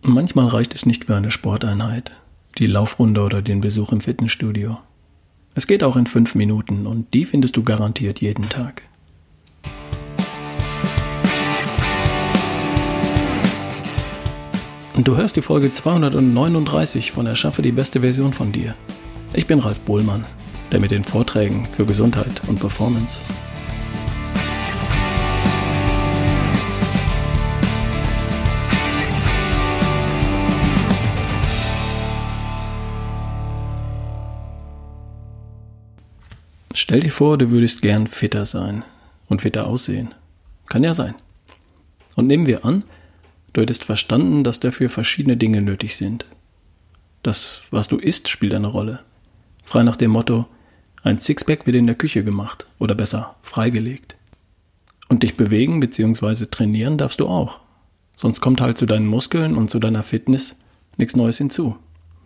Manchmal reicht es nicht für eine Sporteinheit, die Laufrunde oder den Besuch im Fitnessstudio. Es geht auch in 5 Minuten und die findest du garantiert jeden Tag. Du hörst die Folge 239 von Erschaffe die beste Version von dir. Ich bin Ralf Bohlmann, der mit den Vorträgen für Gesundheit und Performance. Stell dir vor, du würdest gern fitter sein und fitter aussehen. Kann ja sein. Und nehmen wir an, du hättest verstanden, dass dafür verschiedene Dinge nötig sind. Das, was du isst, spielt eine Rolle. Frei nach dem Motto, ein Sixpack wird in der Küche gemacht oder besser, freigelegt. Und dich bewegen bzw. trainieren darfst du auch. Sonst kommt halt zu deinen Muskeln und zu deiner Fitness nichts Neues hinzu.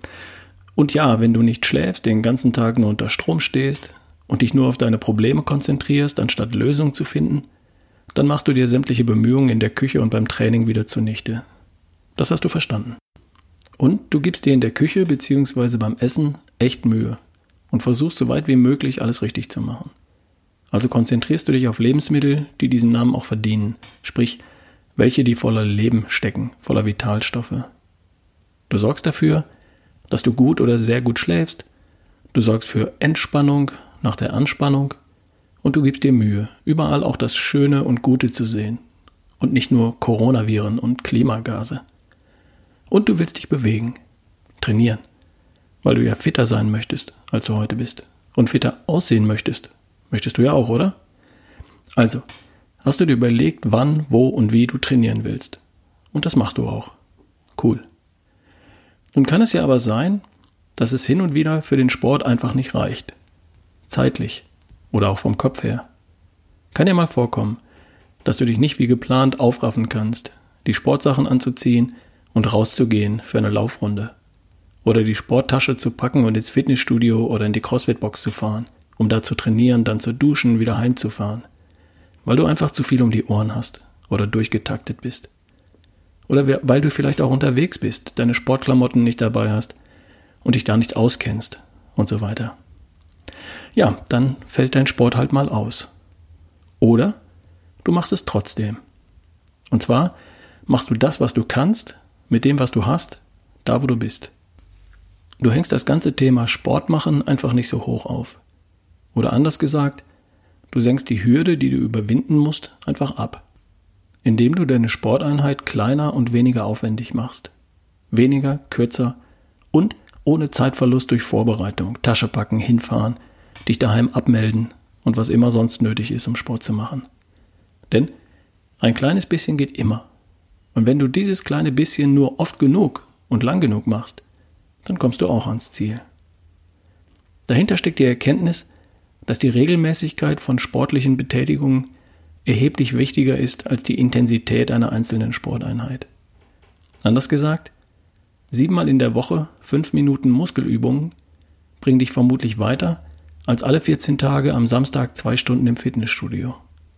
Und ja, wenn du nicht schläfst, den ganzen Tag nur unter Strom stehst und dich nur auf deine Probleme konzentrierst, anstatt Lösungen zu finden, dann machst du dir sämtliche Bemühungen in der Küche und beim Training wieder zunichte. Das hast du verstanden. Und du gibst dir in der Küche bzw. beim Essen echt Mühe und versuchst so weit wie möglich alles richtig zu machen. Also konzentrierst du dich auf Lebensmittel, die diesen Namen auch verdienen, sprich, welche die voller Leben stecken, voller Vitalstoffe. Du sorgst dafür, dass du gut oder sehr gut schläfst, du sorgst für Entspannung nach der Anspannung und du gibst dir Mühe, überall auch das Schöne und Gute zu sehen und nicht nur Coronaviren und Klimagase. Und du willst dich bewegen, trainieren, weil du ja fitter sein möchtest, als du heute bist und fitter aussehen möchtest. Möchtest du ja auch, oder? Also, hast du dir überlegt, wann, wo und wie du trainieren willst. Und das machst du auch. Cool. Nun kann es ja aber sein, dass es hin und wieder für den Sport einfach nicht reicht. Zeitlich oder auch vom Kopf her. Kann ja mal vorkommen, dass du dich nicht wie geplant aufraffen kannst, die Sportsachen anzuziehen und rauszugehen für eine Laufrunde. Oder die Sporttasche zu packen und ins Fitnessstudio oder in die CrossFit-Box zu fahren, um da zu trainieren, dann zu duschen, wieder heimzufahren. Weil du einfach zu viel um die Ohren hast oder durchgetaktet bist. Oder weil du vielleicht auch unterwegs bist, deine Sportklamotten nicht dabei hast und dich da nicht auskennst und so weiter. Ja, dann fällt dein Sport halt mal aus. Oder du machst es trotzdem. Und zwar machst du das, was du kannst, mit dem, was du hast, da, wo du bist. Du hängst das ganze Thema Sport machen einfach nicht so hoch auf. Oder anders gesagt, du senkst die Hürde, die du überwinden musst, einfach ab. Indem du deine Sporteinheit kleiner und weniger aufwendig machst. Weniger, kürzer und ohne Zeitverlust durch Vorbereitung, Tasche packen, hinfahren, dich daheim abmelden und was immer sonst nötig ist, um Sport zu machen. Denn ein kleines bisschen geht immer. Und wenn du dieses kleine bisschen nur oft genug und lang genug machst, dann kommst du auch ans Ziel. Dahinter steckt die Erkenntnis, dass die Regelmäßigkeit von sportlichen Betätigungen erheblich wichtiger ist als die Intensität einer einzelnen Sporteinheit. Anders gesagt, 7-mal in der Woche 5 Minuten Muskelübungen bringen dich vermutlich weiter als alle 14 Tage am Samstag 2 Stunden im Fitnessstudio.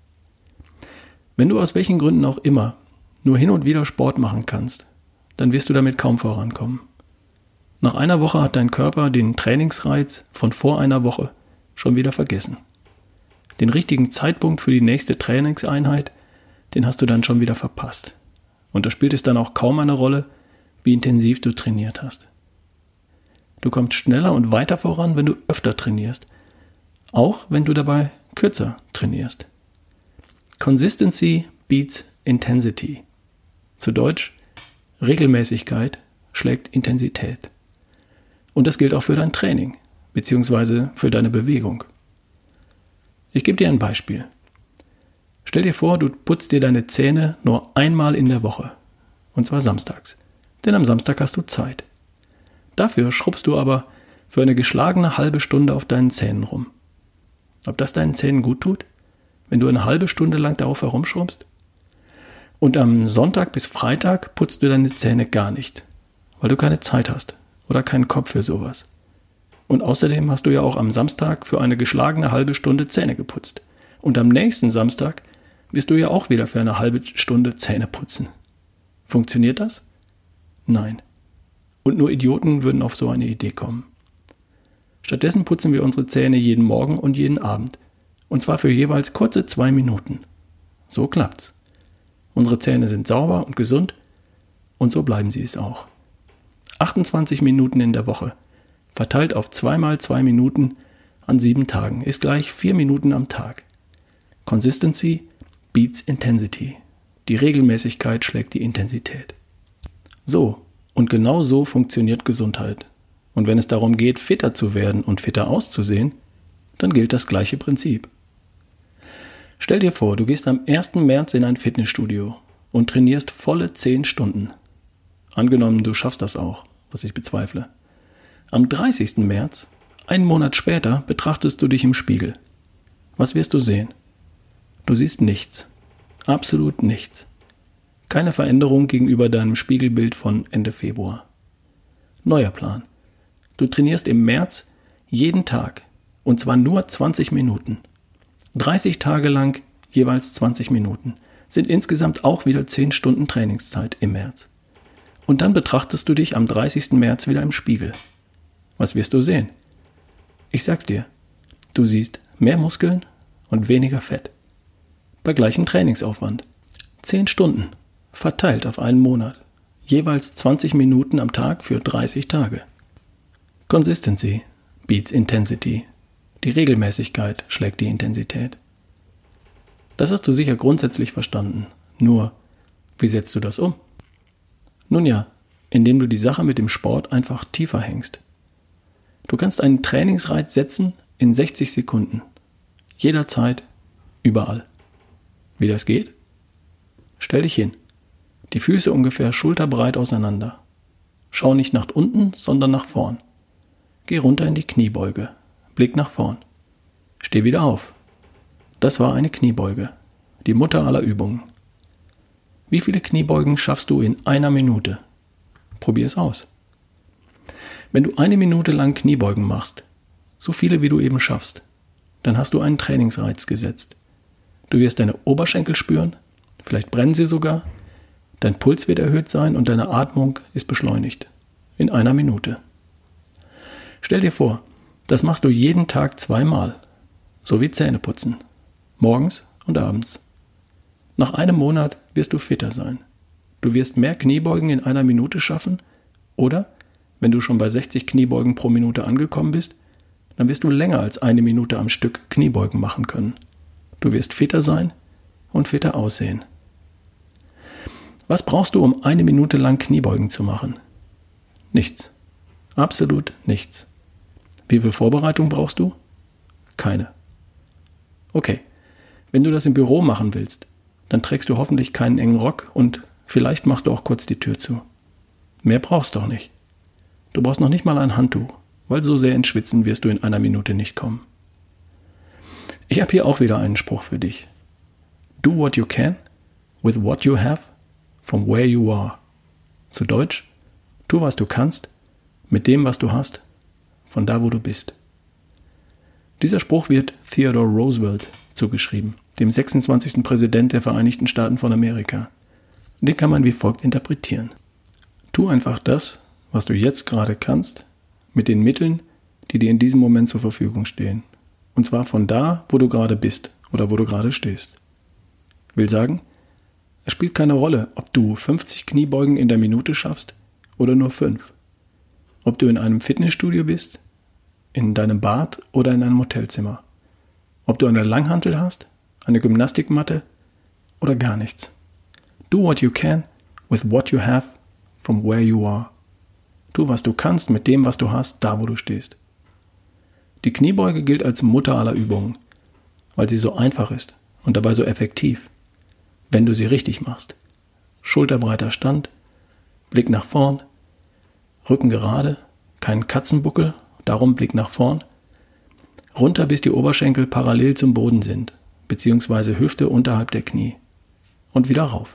Wenn du aus welchen Gründen auch immer nur hin und wieder Sport machen kannst, dann wirst du damit kaum vorankommen. Nach einer Woche hat dein Körper den Trainingsreiz von vor einer Woche schon wieder vergessen. Den richtigen Zeitpunkt für die nächste Trainingseinheit, den hast du dann schon wieder verpasst. Und da spielt es dann auch kaum eine Rolle, wie intensiv du trainiert hast. Du kommst schneller und weiter voran, wenn du öfter trainierst. Auch wenn du dabei kürzer trainierst. Consistency beats Intensity. Zu Deutsch, Regelmäßigkeit schlägt Intensität. Und das gilt auch für dein Training, beziehungsweise für deine Bewegung. Ich gebe dir ein Beispiel. Stell dir vor, du putzt dir deine Zähne nur einmal in der Woche. Und zwar samstags. Denn am Samstag hast du Zeit. Dafür schrubbst du aber für eine geschlagene halbe Stunde auf deinen Zähnen rum. Ob das deinen Zähnen gut tut, wenn du eine halbe Stunde lang darauf herumschrubbst? Und am Sonntag bis Freitag putzt du deine Zähne gar nicht, weil du keine Zeit hast oder keinen Kopf für sowas. Und außerdem hast du ja auch am Samstag für eine geschlagene halbe Stunde Zähne geputzt. Und am nächsten Samstag wirst du ja auch wieder für eine halbe Stunde Zähne putzen. Funktioniert das? Nein. Und nur Idioten würden auf so eine Idee kommen. Stattdessen putzen wir unsere Zähne jeden Morgen und jeden Abend. Und zwar für jeweils kurze 2 Minuten. So klappt's. Unsere Zähne sind sauber und gesund und so bleiben sie es auch. 28 Minuten in der Woche, verteilt auf 2 mal 2 Minuten an 7 Tagen, ist gleich 4 Minuten am Tag. Consistency beats Intensity. Die Regelmäßigkeit schlägt die Intensität. So, und genau so funktioniert Gesundheit. Und wenn es darum geht, fitter zu werden und fitter auszusehen, dann gilt das gleiche Prinzip. Stell dir vor, du gehst am 1. März in ein Fitnessstudio und trainierst volle 10 Stunden. Angenommen, du schaffst das auch, was ich bezweifle. Am 30. März, einen Monat später, betrachtest du dich im Spiegel. Was wirst du sehen? Du siehst nichts. Absolut nichts. Keine Veränderung gegenüber deinem Spiegelbild von Ende Februar. Neuer Plan. Du trainierst im März jeden Tag, und zwar nur 20 Minuten. 30 Tage lang jeweils 20 Minuten, sind insgesamt auch wieder 10 Stunden Trainingszeit im März. Und dann betrachtest du dich am 30. März wieder im Spiegel. Was wirst du sehen? Ich sag's dir, du siehst mehr Muskeln und weniger Fett. Bei gleichem Trainingsaufwand. 10 Stunden, verteilt auf einen Monat, jeweils 20 Minuten am Tag für 30 Tage. Consistency beats Intensity. Die Regelmäßigkeit schlägt die Intensität. Das hast du sicher grundsätzlich verstanden. Nur, wie setzt du das um? Nun ja, indem du die Sache mit dem Sport einfach tiefer hängst. Du kannst einen Trainingsreiz setzen in 60 Sekunden. Jederzeit, überall. Wie das geht? Stell dich hin. Die Füße ungefähr schulterbreit auseinander. Schau nicht nach unten, sondern nach vorn. Geh runter in die Kniebeuge. Blick nach vorn. Steh wieder auf. Das war eine Kniebeuge. Die Mutter aller Übungen. Wie viele Kniebeugen schaffst du in einer Minute? Probier es aus. Wenn du 1 Minute lang Kniebeugen machst, so viele wie du eben schaffst, dann hast du einen Trainingsreiz gesetzt. Du wirst deine Oberschenkel spüren, vielleicht brennen sie sogar, dein Puls wird erhöht sein und deine Atmung ist beschleunigt. In 1 Minute. Stell dir vor, das machst du jeden Tag 2 Mal, so wie Zähneputzen, morgens und abends. Nach einem Monat wirst du fitter sein. Du wirst mehr Kniebeugen in 1 Minute schaffen oder, wenn du schon bei 60 Kniebeugen pro Minute angekommen bist, dann wirst du länger als 1 Minute am Stück Kniebeugen machen können. Du wirst fitter sein und fitter aussehen. Was brauchst du, um 1 Minute lang Kniebeugen zu machen? Nichts. Absolut nichts. Wie viel Vorbereitung brauchst du? Keine. Okay, wenn du das im Büro machen willst, dann trägst du hoffentlich keinen engen Rock und vielleicht machst du auch kurz die Tür zu. Mehr brauchst du doch nicht. Du brauchst noch nicht mal ein Handtuch, weil so sehr ins Schwitzen wirst du in 1 Minute nicht kommen. Ich habe hier auch wieder einen Spruch für dich. Do what you can, with what you have, from where you are. Zu Deutsch, tu was du kannst, mit dem was du hast, von da wo du bist. Dieser Spruch wird Theodore Roosevelt zugeschrieben, dem 26. Präsident der Vereinigten Staaten von Amerika. Den kann man wie folgt interpretieren. Tu einfach das, was du jetzt gerade kannst, mit den Mitteln, die dir in diesem Moment zur Verfügung stehen. Und zwar von da, wo du gerade bist oder wo du gerade stehst. Will sagen, es spielt keine Rolle, ob du 50 Kniebeugen in der Minute schaffst oder nur 5. Ob du in einem Fitnessstudio bist, in deinem Bad oder in einem Hotelzimmer. Ob du eine Langhantel hast, eine Gymnastikmatte oder gar nichts. Do what you can with what you have from where you are. Tu, was du kannst mit dem, was du hast, da wo du stehst. Die Kniebeuge gilt als Mutter aller Übungen, weil sie so einfach ist und dabei so effektiv, wenn du sie richtig machst. Schulterbreiter Stand, Blick nach vorn, Rücken gerade, kein Katzenbuckel, darum Blick nach vorn. Runter, bis die Oberschenkel parallel zum Boden sind, beziehungsweise Hüfte unterhalb der Knie. Und wieder rauf.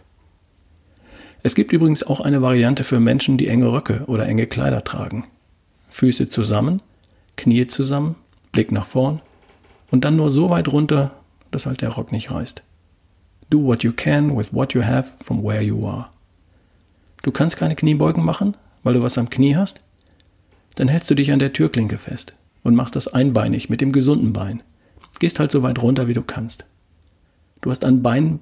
Es gibt übrigens auch eine Variante für Menschen, die enge Röcke oder enge Kleider tragen. Füße zusammen, Knie zusammen, Blick nach vorn und dann nur so weit runter, dass halt der Rock nicht reißt. Do what you can with what you have from where you are. Du kannst keine Kniebeugen machen, weil du was am Knie hast? Dann hältst du dich an der Türklinke fest und machst das einbeinig mit dem gesunden Bein. Gehst halt so weit runter, wie du kannst. Du hast an beiden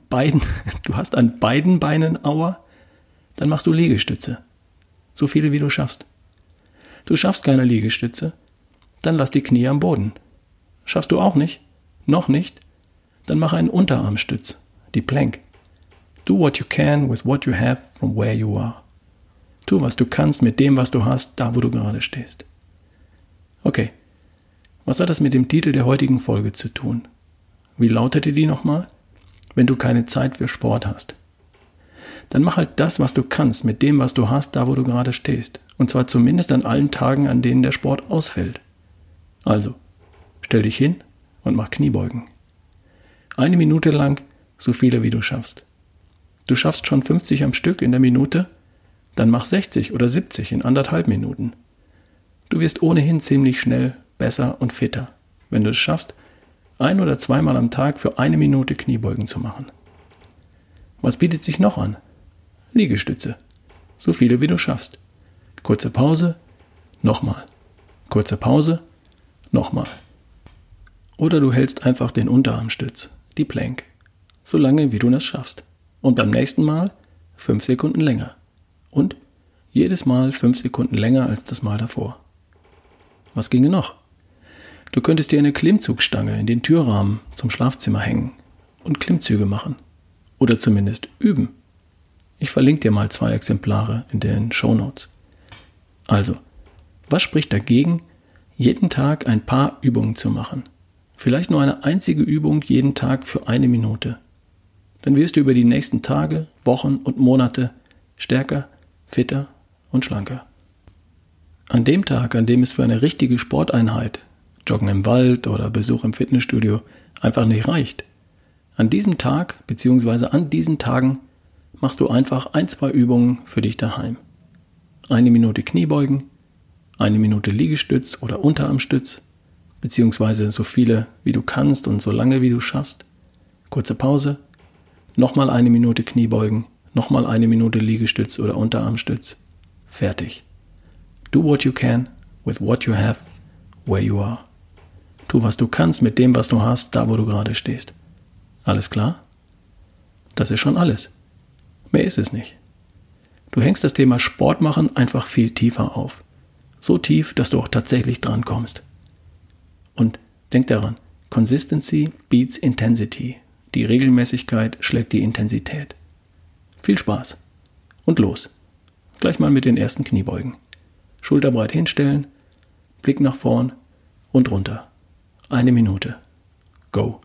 Beinen Aua, dann machst du Liegestütze. So viele, wie du schaffst. Du schaffst keine Liegestütze, dann lass die Knie am Boden. Schaffst du auch nicht? Noch nicht? Dann mach einen Unterarmstütz, die Plank. Do what you can with what you have from where you are. Tu, was du kannst mit dem, was du hast, da wo du gerade stehst. Okay, was hat das mit dem Titel der heutigen Folge zu tun? Wie lautete die nochmal? Wenn du keine Zeit für Sport hast. Dann mach halt das, was du kannst, mit dem, was du hast, da wo du gerade stehst. Und zwar zumindest an allen Tagen, an denen der Sport ausfällt. Also, stell dich hin und mach Kniebeugen. 1 Minute lang, so viele wie du schaffst. Du schaffst schon 50 am Stück in der Minute, dann mach 60 oder 70 in 1,5 Minuten. Du wirst ohnehin ziemlich schnell besser und fitter, wenn du es schaffst, 1- oder 2-mal am Tag für 1 Minute Kniebeugen zu machen. Was bietet sich noch an? Liegestütze. So viele wie du schaffst. Kurze Pause, nochmal. Kurze Pause, nochmal. Oder du hältst einfach den Unterarmstütz, die Plank, so lange wie du das schaffst. Und beim nächsten Mal 5 Sekunden länger. Und jedes Mal 5 Sekunden länger als das Mal davor. Was ginge noch? Du könntest dir eine Klimmzugstange in den Türrahmen zum Schlafzimmer hängen und Klimmzüge machen. Oder zumindest üben. Ich verlinke dir mal 2 Exemplare in den Shownotes. Also, was spricht dagegen, jeden Tag ein paar Übungen zu machen? Vielleicht nur eine einzige Übung jeden Tag für 1 Minute. Dann wirst du über die nächsten Tage, Wochen und Monate stärker, fitter und schlanker. An dem Tag, an dem es für eine richtige Sporteinheit, Joggen im Wald oder Besuch im Fitnessstudio, einfach nicht reicht. An diesem Tag bzw. an diesen Tagen machst du einfach 1-2 Übungen für dich daheim. 1 Minute Kniebeugen, 1 Minute Liegestütz oder Unterarmstütz, beziehungsweise so viele wie du kannst und so lange wie du schaffst. Kurze Pause, nochmal 1 Minute Kniebeugen, nochmal 1 Minute Liegestütz oder Unterarmstütz. Fertig. Do what you can with what you have, where you are. Tu, was du kannst mit dem, was du hast, da wo du gerade stehst. Alles klar? Das ist schon alles. Mehr ist es nicht. Du hängst das Thema Sport machen einfach viel tiefer auf. So tief, dass du auch tatsächlich dran kommst. Und denk daran, Consistency beats Intensity. Die Regelmäßigkeit schlägt die Intensität. Viel Spaß. Und los. Gleich mal mit den ersten Kniebeugen. Schulterbreit hinstellen, Blick nach vorn und runter. 1 Minute. Go.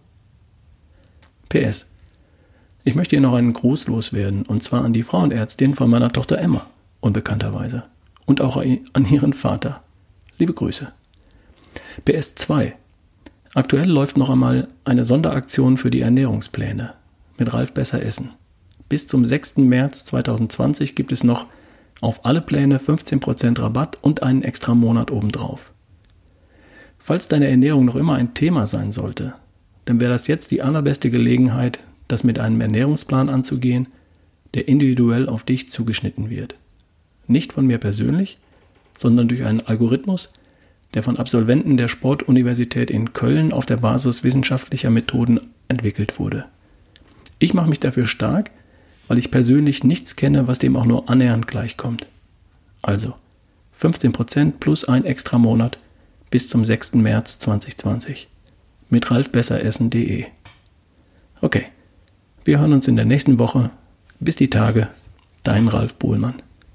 PS. Ich möchte hier noch einen Gruß loswerden, und zwar an die Frauenärztin von meiner Tochter Emma, unbekannterweise. Und auch an ihren Vater. Liebe Grüße. PS 2. Aktuell läuft noch einmal eine Sonderaktion für die Ernährungspläne mit Ralf Besser Essen. Bis zum 6. März 2020 gibt es noch auf alle Pläne 15% Rabatt und einen extra Monat obendrauf. Falls deine Ernährung noch immer ein Thema sein sollte, dann wäre das jetzt die allerbeste Gelegenheit, das mit einem Ernährungsplan anzugehen, der individuell auf dich zugeschnitten wird. Nicht von mir persönlich, sondern durch einen Algorithmus, der von Absolventen der Sportuniversität in Köln auf der Basis wissenschaftlicher Methoden entwickelt wurde. Ich mache mich dafür stark, weil ich persönlich nichts kenne, was dem auch nur annähernd gleichkommt. Also 15% plus ein extra Monat bis zum 6. März 2020 mit ralfbesseressen.de. Okay, wir hören uns in der nächsten Woche. Bis die Tage, dein Ralf Bohlmann.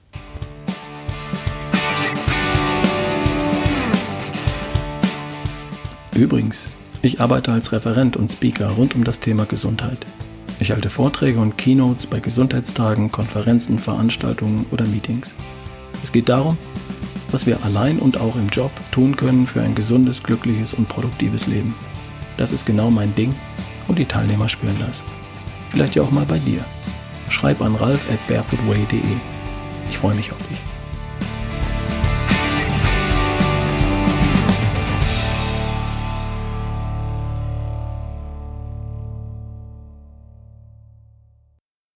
Übrigens, ich arbeite als Referent und Speaker rund um das Thema Gesundheit. Ich halte Vorträge und Keynotes bei Gesundheitstagen, Konferenzen, Veranstaltungen oder Meetings. Es geht darum, was wir allein und auch im Job tun können für ein gesundes, glückliches und produktives Leben. Das ist genau mein Ding und die Teilnehmer spüren das. Vielleicht ja auch mal bei dir. Schreib an ralf@barefootway.de. Ich freue mich auf dich.